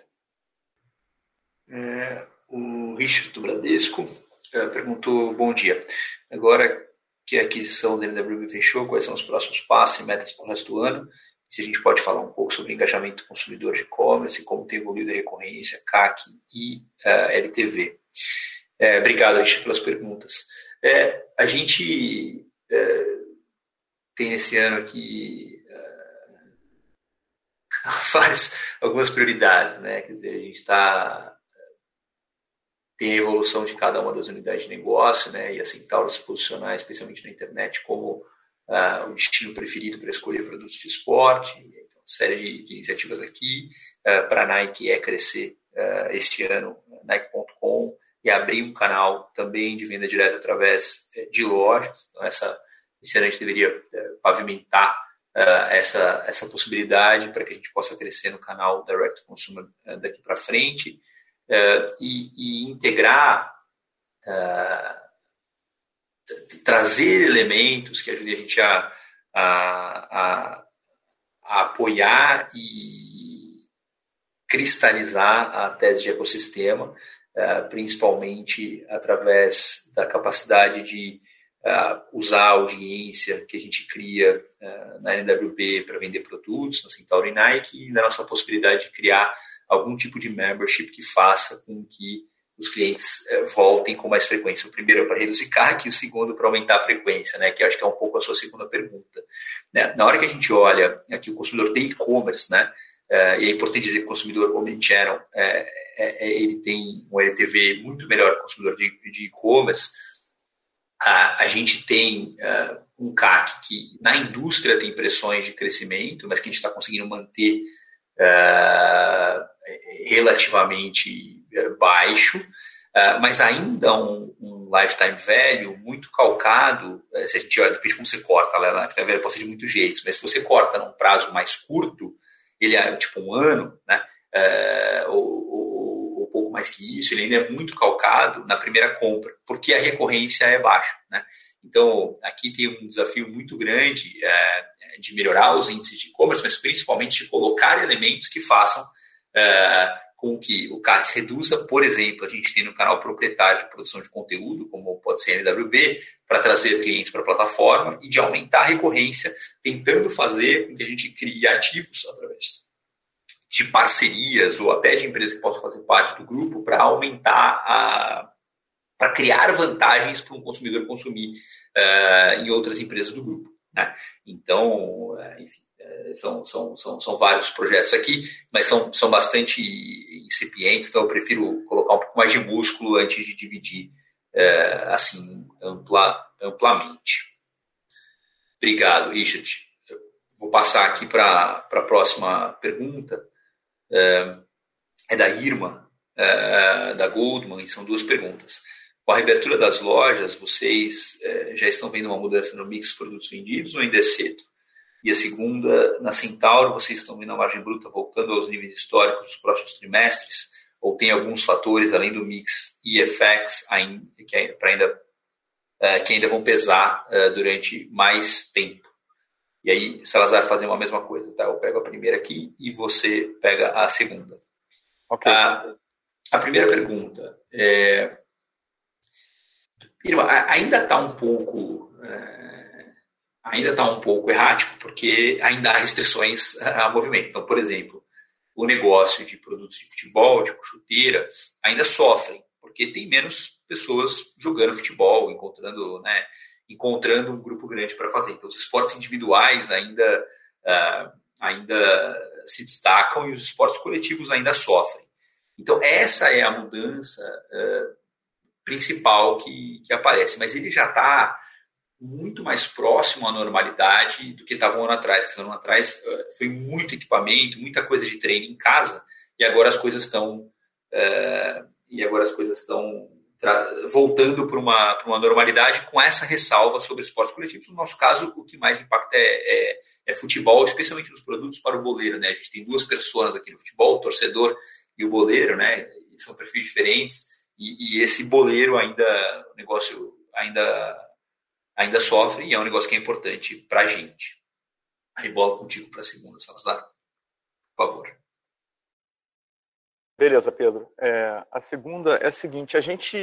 É, o Richard do Bradesco é, perguntou: bom dia. Agora que a aquisição da N W B fechou, quais são os próximos passos e metas para o resto do ano? Se a gente pode falar um pouco sobre engajamento do consumidor de e-commerce, como tem evoluído a recorrência, C A C e uh, L T V. É, obrigado, Richard, pelas perguntas. É, a gente é, tem nesse ano aqui várias, algumas prioridades, né? Quer dizer, a gente está tem a evolução de cada uma das unidades de negócio, né? E a Centauro se posicionar, especialmente na internet, como uh, o destino preferido para escolher produtos de esporte. Então, uma série de, de iniciativas aqui. Uh, para a Nike é crescer uh, este ano, Nike ponto com, e abrir um canal também de venda direta através de lojas. Então, essa, esse ano a gente deveria uh, pavimentar Uh, essa, essa possibilidade para que a gente possa crescer no canal Direct to Consumer uh, daqui para frente uh, e, e integrar, uh, trazer elementos que ajudem a gente a, a, a, a apoiar e cristalizar a tese de ecossistema, uh, principalmente através da capacidade de Uh, usar a audiência que a gente cria uh, na N W B para vender produtos, na Centauro e Nike, e na nossa possibilidade de criar algum tipo de membership que faça com que os clientes uh, voltem com mais frequência. O primeiro é para reduzir C A C e o segundo para aumentar a frequência, né, que acho que é um pouco a sua segunda pergunta. Né? Na hora que a gente olha aqui o consumidor tem e-commerce, né, uh, e é importante dizer que o consumidor omnichannel, uh, é, é, ele tem um L T V muito melhor que o consumidor de, de e-commerce. Uh, a gente tem uh, um C A C que na indústria tem pressões de crescimento, mas que a gente está conseguindo manter uh, relativamente uh, baixo, uh, mas ainda um, um lifetime value muito calcado. Uh, se a gente olha, depende de como você corta, né? Lifetime value pode ser de muitos jeitos, mas se você corta num prazo mais curto, ele é tipo um ano, né? Uh, ou, pouco mais que isso, ele ainda é muito calcado na primeira compra, porque a recorrência é baixa, né? Então, aqui tem um desafio muito grande é, de melhorar os índices de e-commerce, mas principalmente de colocar elementos que façam é, com que o C A C reduza. Por exemplo, a gente tem no canal proprietário de produção de conteúdo, como pode ser a N W B, para trazer clientes para a plataforma e de aumentar a recorrência, tentando fazer com que a gente crie ativos através de parcerias ou até de empresas que possam fazer parte do grupo para aumentar, a, para criar vantagens para um consumidor consumir uh, em outras empresas do grupo, né? Então, uh, enfim, São, são, são, são vários projetos aqui, mas são, são bastante incipientes, então eu prefiro colocar um pouco mais de músculo antes de dividir é, assim ampla, amplamente. Obrigado, Richard. Eu vou passar aqui para a próxima pergunta. É, é da Irma, é, da Goldman, e são duas perguntas. Com a reabertura das lojas, vocês é, já estão vendo uma mudança no mix de produtos vendidos ou ainda é cedo? E a segunda, na Centauro, vocês estão vendo a margem bruta voltando aos níveis históricos dos próximos trimestres? Ou tem alguns fatores, além do mix e F X, ainda, que, ainda, que ainda vão pesar durante mais tempo? E aí, Salazar, fazer uma mesma coisa, tá? Eu pego a primeira aqui e você pega a segunda. Okay. A, a primeira pergunta é... Irma, ainda está um pouco... É, ainda está um pouco errático, porque ainda há restrições a movimento. Então, por exemplo, o negócio de produtos de futebol, tipo chuteiras, ainda sofrem, porque tem menos pessoas jogando futebol, encontrando, né, encontrando um grupo grande para fazer. Então, os esportes individuais ainda, uh, ainda se destacam e os esportes coletivos ainda sofrem. Então, essa é a mudança uh, principal que, que aparece, mas ele já está muito mais próximo à normalidade do que estava um ano atrás. Porque um ano atrás foi muito equipamento, muita coisa de treino em casa, e agora as coisas estão uh, e agora as coisas estão voltando para uma, para uma normalidade, com essa ressalva sobre esportes coletivos. No nosso caso, o que mais impacta é, é, é futebol, especialmente nos produtos para o boleiro, né? A gente tem duas pessoas aqui no futebol, o torcedor e o boleiro, né? E são perfis diferentes, e, e esse boleiro ainda, o negócio ainda ainda sofre, e é um negócio que é importante para a gente. Aí bola contigo para a segunda, Salazar. Por favor. Beleza, Pedro. É, a segunda é a seguinte, a gente...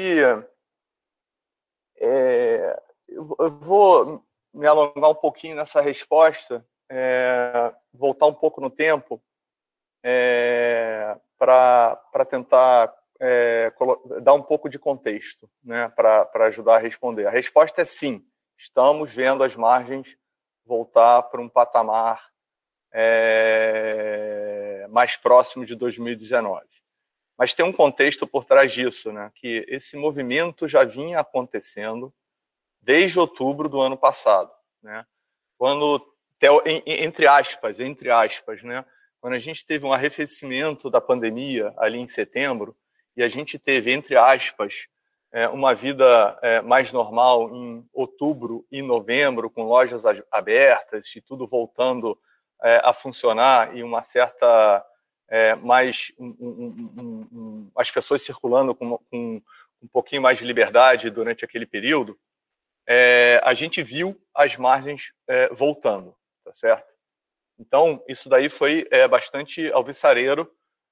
É, eu vou me alongar um pouquinho nessa resposta, é, voltar um pouco no tempo, é, para tentar é, dar um pouco de contexto, né, para ajudar a responder. A resposta é sim. Estamos vendo as margens voltar para um patamar é, mais próximo de dois mil e dezenove. Mas tem um contexto por trás disso, né? Que esse movimento já vinha acontecendo desde outubro do ano passado, né? Quando, entre aspas, entre aspas, né? Quando a gente teve um arrefecimento da pandemia ali em setembro, e a gente teve, entre aspas, uma vida mais normal em outubro e novembro, com lojas abertas e tudo voltando a funcionar, e uma certa mais um, um, um, um, as pessoas circulando com, com um pouquinho mais de liberdade durante aquele período, a gente viu as margens voltando, tá certo? Então, isso daí foi bastante alvissareiro,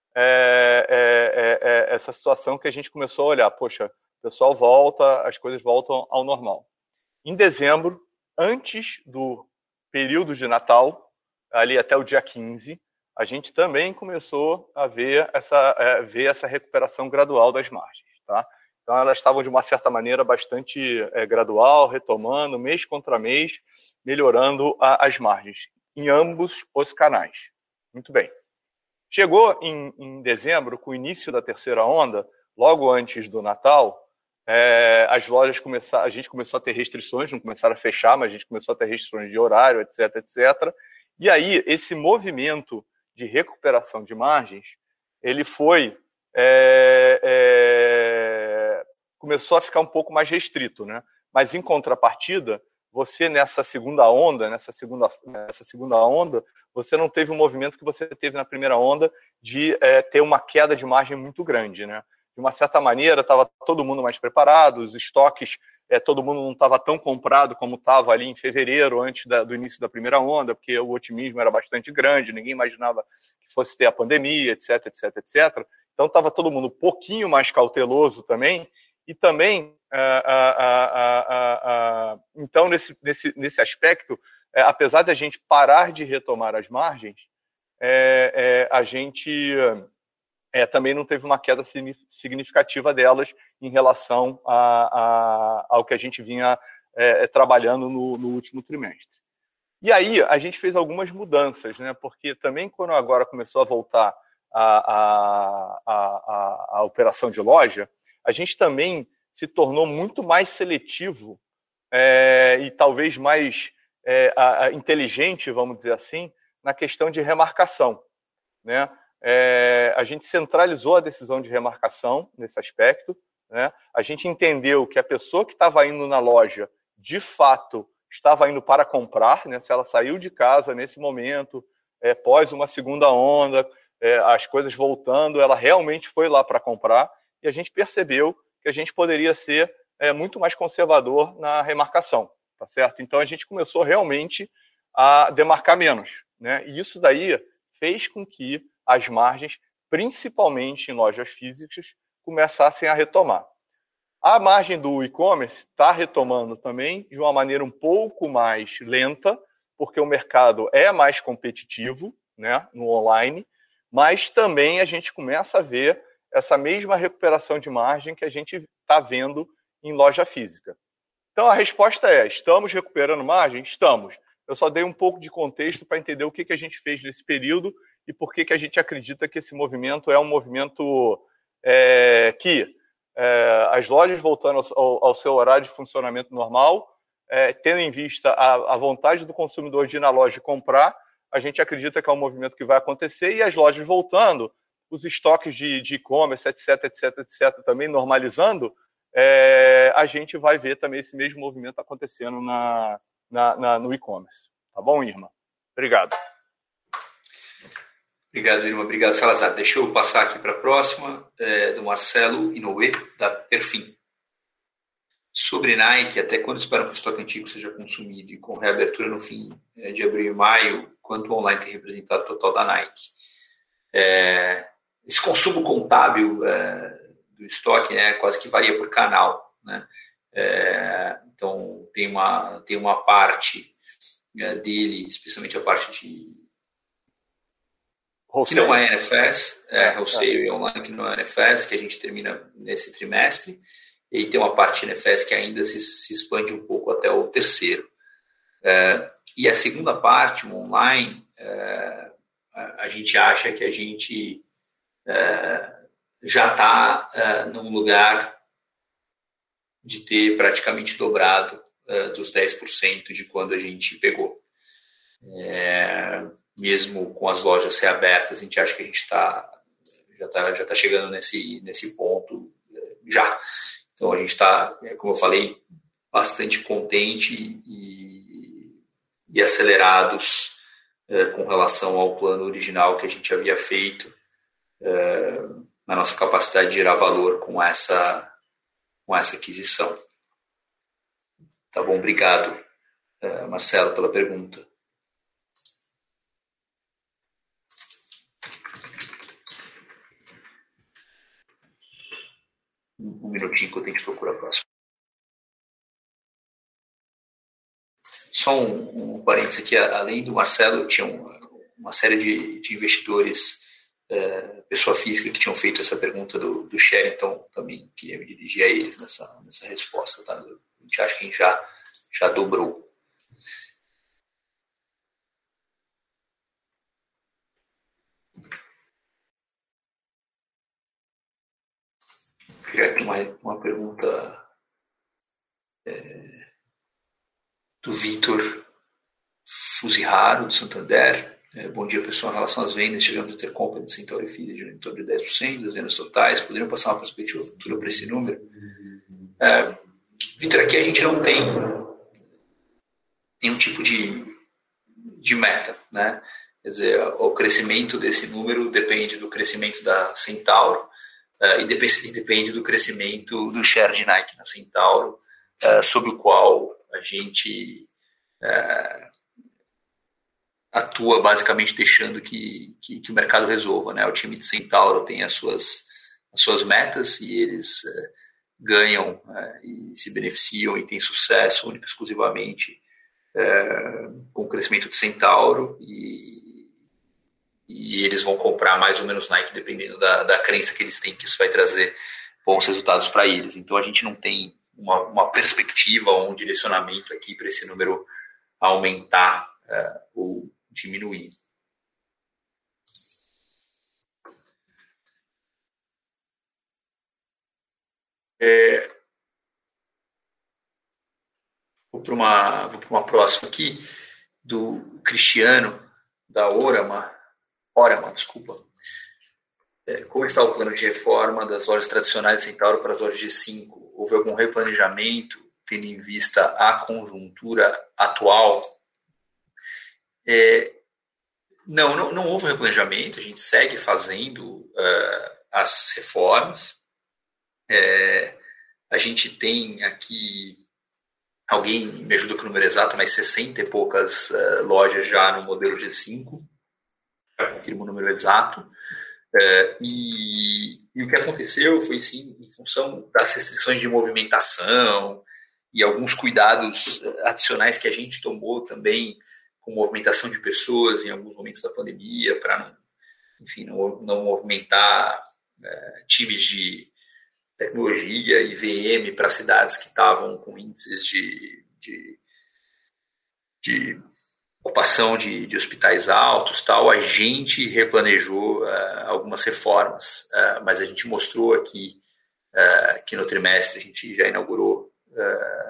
essa situação que a gente começou a olhar, poxa, o pessoal volta, as coisas voltam ao normal. Em dezembro, antes do período de Natal, ali até o dia quinze, a gente também começou a ver essa, é, ver essa recuperação gradual das margens. Tá? Então, elas estavam, de uma certa maneira, bastante é, gradual, retomando, mês contra mês, melhorando a, as margens, em ambos os canais. Muito bem. Chegou em, em dezembro, com o início da terceira onda, logo antes do Natal, É, as lojas começaram, a gente começou a ter restrições, não começaram a fechar, mas a gente começou a ter restrições de horário, etc, etcétera. E aí, esse movimento de recuperação de margens, ele foi, é, é, começou a ficar um pouco mais restrito, né? Mas, em contrapartida, você, nessa segunda onda, nessa segunda, nessa segunda onda, você não teve o movimento que você teve na primeira onda de é, ter uma queda de margem muito grande, né? De uma certa maneira, estava todo mundo mais preparado, os estoques, é, todo mundo não estava tão comprado como estava ali em fevereiro, antes da, do início da primeira onda, porque o otimismo era bastante grande, ninguém imaginava que fosse ter a pandemia, etc, etc, etcétera. Então, estava todo mundo um pouquinho mais cauteloso também, e também, ah, ah, ah, ah, ah, então, nesse, nesse, nesse aspecto, é, apesar de a gente parar de retomar as margens, é, é, a gente... É, também não teve uma queda significativa delas em relação a, a, ao que a gente vinha é, trabalhando no, no último trimestre. E aí a gente fez algumas mudanças, né? Porque também quando agora começou a voltar a, a, a, a, a operação de loja, a gente também se tornou muito mais seletivo é, e talvez mais é, a, a inteligente, vamos dizer assim, na questão de remarcação, né? É, a gente centralizou a decisão de remarcação nesse aspecto, né? A gente entendeu que a pessoa que estava indo na loja, de fato, estava indo para comprar, né? Se ela saiu de casa nesse momento, é, pós uma segunda onda, é, as coisas voltando, ela realmente foi lá para comprar, e a gente percebeu que a gente poderia ser é, muito mais conservador na remarcação, tá certo? Então a gente começou realmente a demarcar menos, né? E isso daí fez com que as margens, principalmente em lojas físicas, começassem a retomar. A margem do e-commerce está retomando também de uma maneira um pouco mais lenta, porque o mercado é mais competitivo, né, no online, mas também a gente começa a ver essa mesma recuperação de margem que a gente está vendo em loja física. Então a resposta é: estamos recuperando margem? Estamos. Eu só dei um pouco de contexto para entender o que, que a gente fez nesse período e por que, que a gente acredita que esse movimento é um movimento é, que é, as lojas voltando ao, ao seu horário de funcionamento normal, é, tendo em vista a, a vontade do consumidor de ir na loja e comprar, a gente acredita que é um movimento que vai acontecer, e as lojas voltando, os estoques de, de e-commerce, etc, etc, etc, também normalizando, é, a gente vai ver também esse mesmo movimento acontecendo na, na, na, no e-commerce. Tá bom, Irma? Obrigado. Obrigado, Irma. Obrigado, Salazar. Deixa eu passar aqui para a próxima, é, do Marcelo Inoue, da Perfim. Sobre Nike, até quando esperam que o estoque antigo seja consumido, e com reabertura no fim de abril e maio, quanto o online tem representado o total da Nike? É, esse consumo contábil é, do estoque, né, quase que varia por canal, né? É, então, tem uma, tem uma parte é, dele, especialmente a parte de que não é N F S, é wholesale e online, que não é N F S, que a gente termina nesse trimestre, e tem uma parte N F S que ainda se, se expande um pouco até o terceiro. É, e a segunda parte, o online, é, a, a gente acha que a gente é, já está é, num lugar de ter praticamente dobrado é, dos dez por cento de quando a gente pegou. É, mesmo com as lojas reabertas, a gente acha que a gente está já está já tá chegando nesse, nesse ponto já. Então a gente está, como eu falei, bastante contente e, e acelerados é, com relação ao plano original que a gente havia feito, é, na nossa capacidade de gerar valor com essa, com essa aquisição. Tá bom? Obrigado, é, Marcelo, pela pergunta. Um minutinho que eu tenho que procurar a próxima. Só um, um parênteses aqui, além do Marcelo, eu tinha uma, uma série de, de investidores, é, pessoa física, que tinham feito essa pergunta do, do share, então também queria me dirigir a eles nessa, nessa resposta. Tá? A gente acha que a gente já, já dobrou. Aqui uma, uma pergunta é, do Vitor Fuziharo, do Santander. É, bom dia, pessoal. Em relação às vendas, chegamos a ter compra de Centauro e Fide de em torno de dez por cento das vendas totais. Poderiam passar uma perspectiva futura para esse número? É, Vitor, aqui a gente não tem nenhum tipo de, de meta, né? Quer dizer, o crescimento desse número depende do crescimento da Centauro, Uh, e, depende, e depende do crescimento do share de Nike na Centauro, uh, sobre o qual a gente uh, atua basicamente deixando que, que, que o mercado resolva, né? O time de Centauro tem as suas, as suas metas e eles uh, ganham uh, e se beneficiam e têm sucesso único e exclusivamente uh, com o crescimento de Centauro, e e eles vão comprar mais ou menos Nike dependendo da, da crença que eles têm que isso vai trazer bons resultados para eles. Então a gente não tem uma, uma perspectiva ou um direcionamento aqui para esse número aumentar uh, ou diminuir. É, vou para uma, vou para uma próxima aqui, do Cristiano, da Orama, Orama, desculpa. É, como está o plano de reforma das lojas tradicionais de Centauro para as lojas G cinco? Houve algum replanejamento, tendo em vista a conjuntura atual? É, não, não, não houve replanejamento, a gente segue fazendo uh, as reformas. É, a gente tem aqui, alguém me ajuda com o número exato, mas sessenta e poucas uh, lojas já no modelo G cinco, já confirmo o número exato. Uh, e, e o que aconteceu foi, sim, em função das restrições de movimentação e alguns cuidados adicionais que a gente tomou também com movimentação de pessoas em alguns momentos da pandemia, para não, enfim, não, não movimentar uh, times de tecnologia e V M para cidades que estavam com índices de, de, de ocupação de, de hospitais altos, tal. A gente replanejou uh, algumas reformas, uh, mas a gente mostrou aqui uh, que no trimestre a gente já inaugurou. Uh,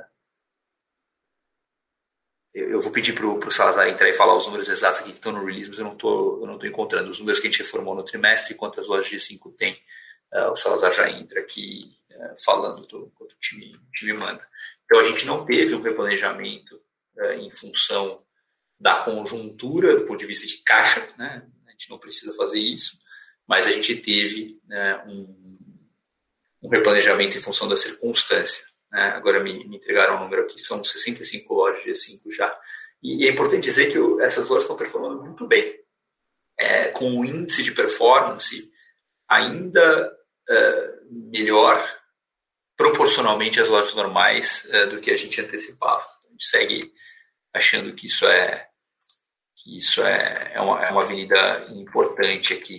eu, eu vou pedir para o Salazar entrar e falar os números exatos aqui que estão no release, mas eu não estou eu não tô encontrando os números que a gente reformou no trimestre e quantas lojas G cinco tem. Uh, o Salazar já entra aqui uh, falando do quanto o time, o time manda. Então, a gente não teve um replanejamento uh, em função da conjuntura, do ponto de vista de caixa, né? A gente não precisa fazer isso, mas a gente teve, né, um, um replanejamento em função da circunstância. Né? Agora me, me entregaram um número aqui, são sessenta e cinco lojas G cinco já. E, e é importante dizer que eu, essas lojas estão performando muito bem. É, com o índice de performance ainda uh, melhor proporcionalmente às lojas normais uh, do que a gente antecipava. A gente segue achando que isso é que isso é, é, uma, é uma avenida importante aqui.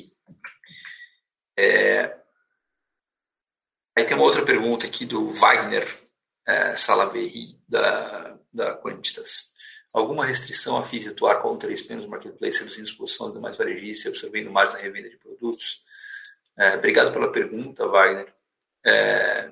É... Aí tem uma outra pergunta aqui do Wagner uh, Salaverry, da, da Quantitas. Alguma restrição a F I S atuar contra isso nos marketplaces, reduzindo a exposição aos demais varejistas e absorvendo mais na revenda de produtos? É, obrigado pela pergunta, Wagner. É,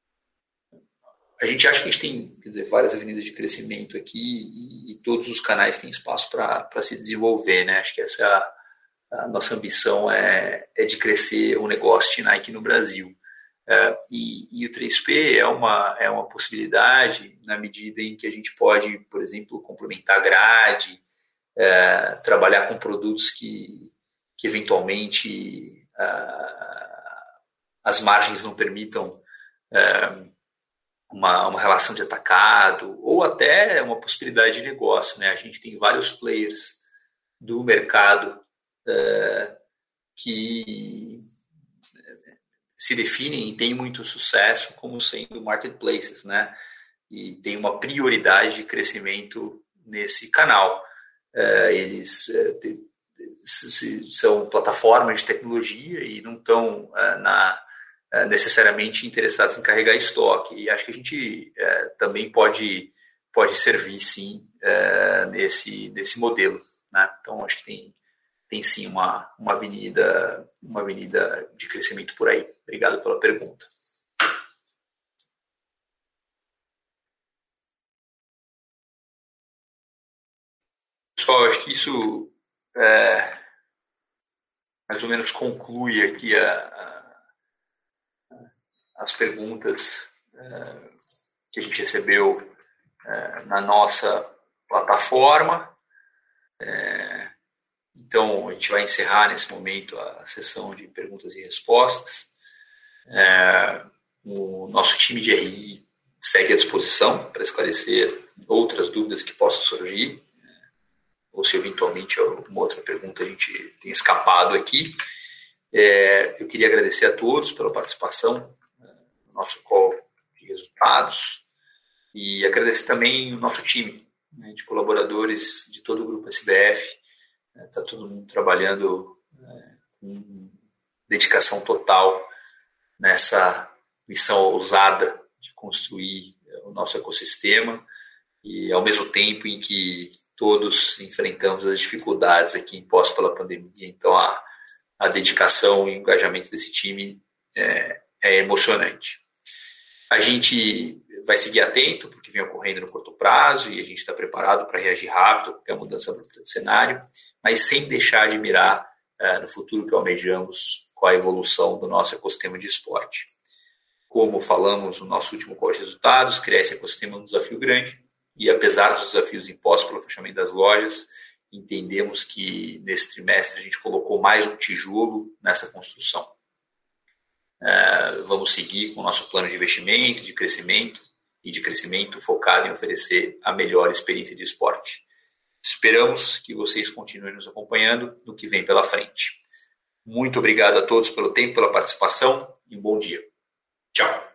a gente acha que a gente tem, quer dizer, várias avenidas de crescimento aqui e, e todos os canais têm espaço para se desenvolver, né? Acho que essa é a, a nossa ambição é, é de crescer o negócio de Nike no Brasil. É, e, e o três P é uma, é uma possibilidade na medida em que a gente pode, por exemplo, complementar grade, é, trabalhar com produtos que, que eventualmente Uh, as margens não permitam uh, uma, uma relação de atacado ou até uma possibilidade de negócio, né? A gente tem vários players do mercado uh, que se definem e têm muito sucesso como sendo marketplaces, né? E tem uma prioridade de crescimento nesse canal. Uh, eles uh, te, são plataformas de tecnologia e não estão uh, na, uh, necessariamente interessados em carregar estoque. E acho que a gente uh, também pode, pode servir, sim, uh, nesse, nesse modelo. Né? Então, acho que tem, tem sim, uma, uma, avenida, uma avenida de crescimento por aí. Obrigado pela pergunta. Pessoal, acho que isso é, mais ou menos conclui aqui a, a, as perguntas é, que a gente recebeu é, na nossa plataforma. É, então, a gente vai encerrar nesse momento a sessão de perguntas e respostas. É, o nosso time de R I segue à disposição para esclarecer outras dúvidas que possam surgir, ou se eventualmente alguma outra pergunta a gente tem escapado aqui. É, eu queria agradecer a todos pela participação no nosso call de resultados e agradecer também o nosso time, né, de colaboradores de todo o Grupo S B F. Está todo mundo trabalhando é, com dedicação total nessa missão ousada de construir o nosso ecossistema e, ao mesmo tempo em que todos enfrentamos as dificuldades aqui impostas pela pandemia. Então, a, a dedicação e o engajamento desse time é, é emocionante. A gente vai seguir atento porque vem ocorrendo no curto prazo e a gente está preparado para reagir rápido a qualquer mudança abrupta de cenário, mas sem deixar de mirar uh, no futuro que almejamos com a evolução do nosso ecossistema de esporte. Como falamos no nosso último call de resultados, criar esse ecossistema é um desafio grande e, apesar dos desafios impostos pelo fechamento das lojas, entendemos que nesse trimestre a gente colocou mais um tijolo nessa construção. Uh, vamos seguir com o nosso plano de investimento, de crescimento e de crescimento focado em oferecer a melhor experiência de esporte. Esperamos que vocês continuem nos acompanhando no que vem pela frente. Muito obrigado a todos pelo tempo, pela participação e um bom dia. Tchau.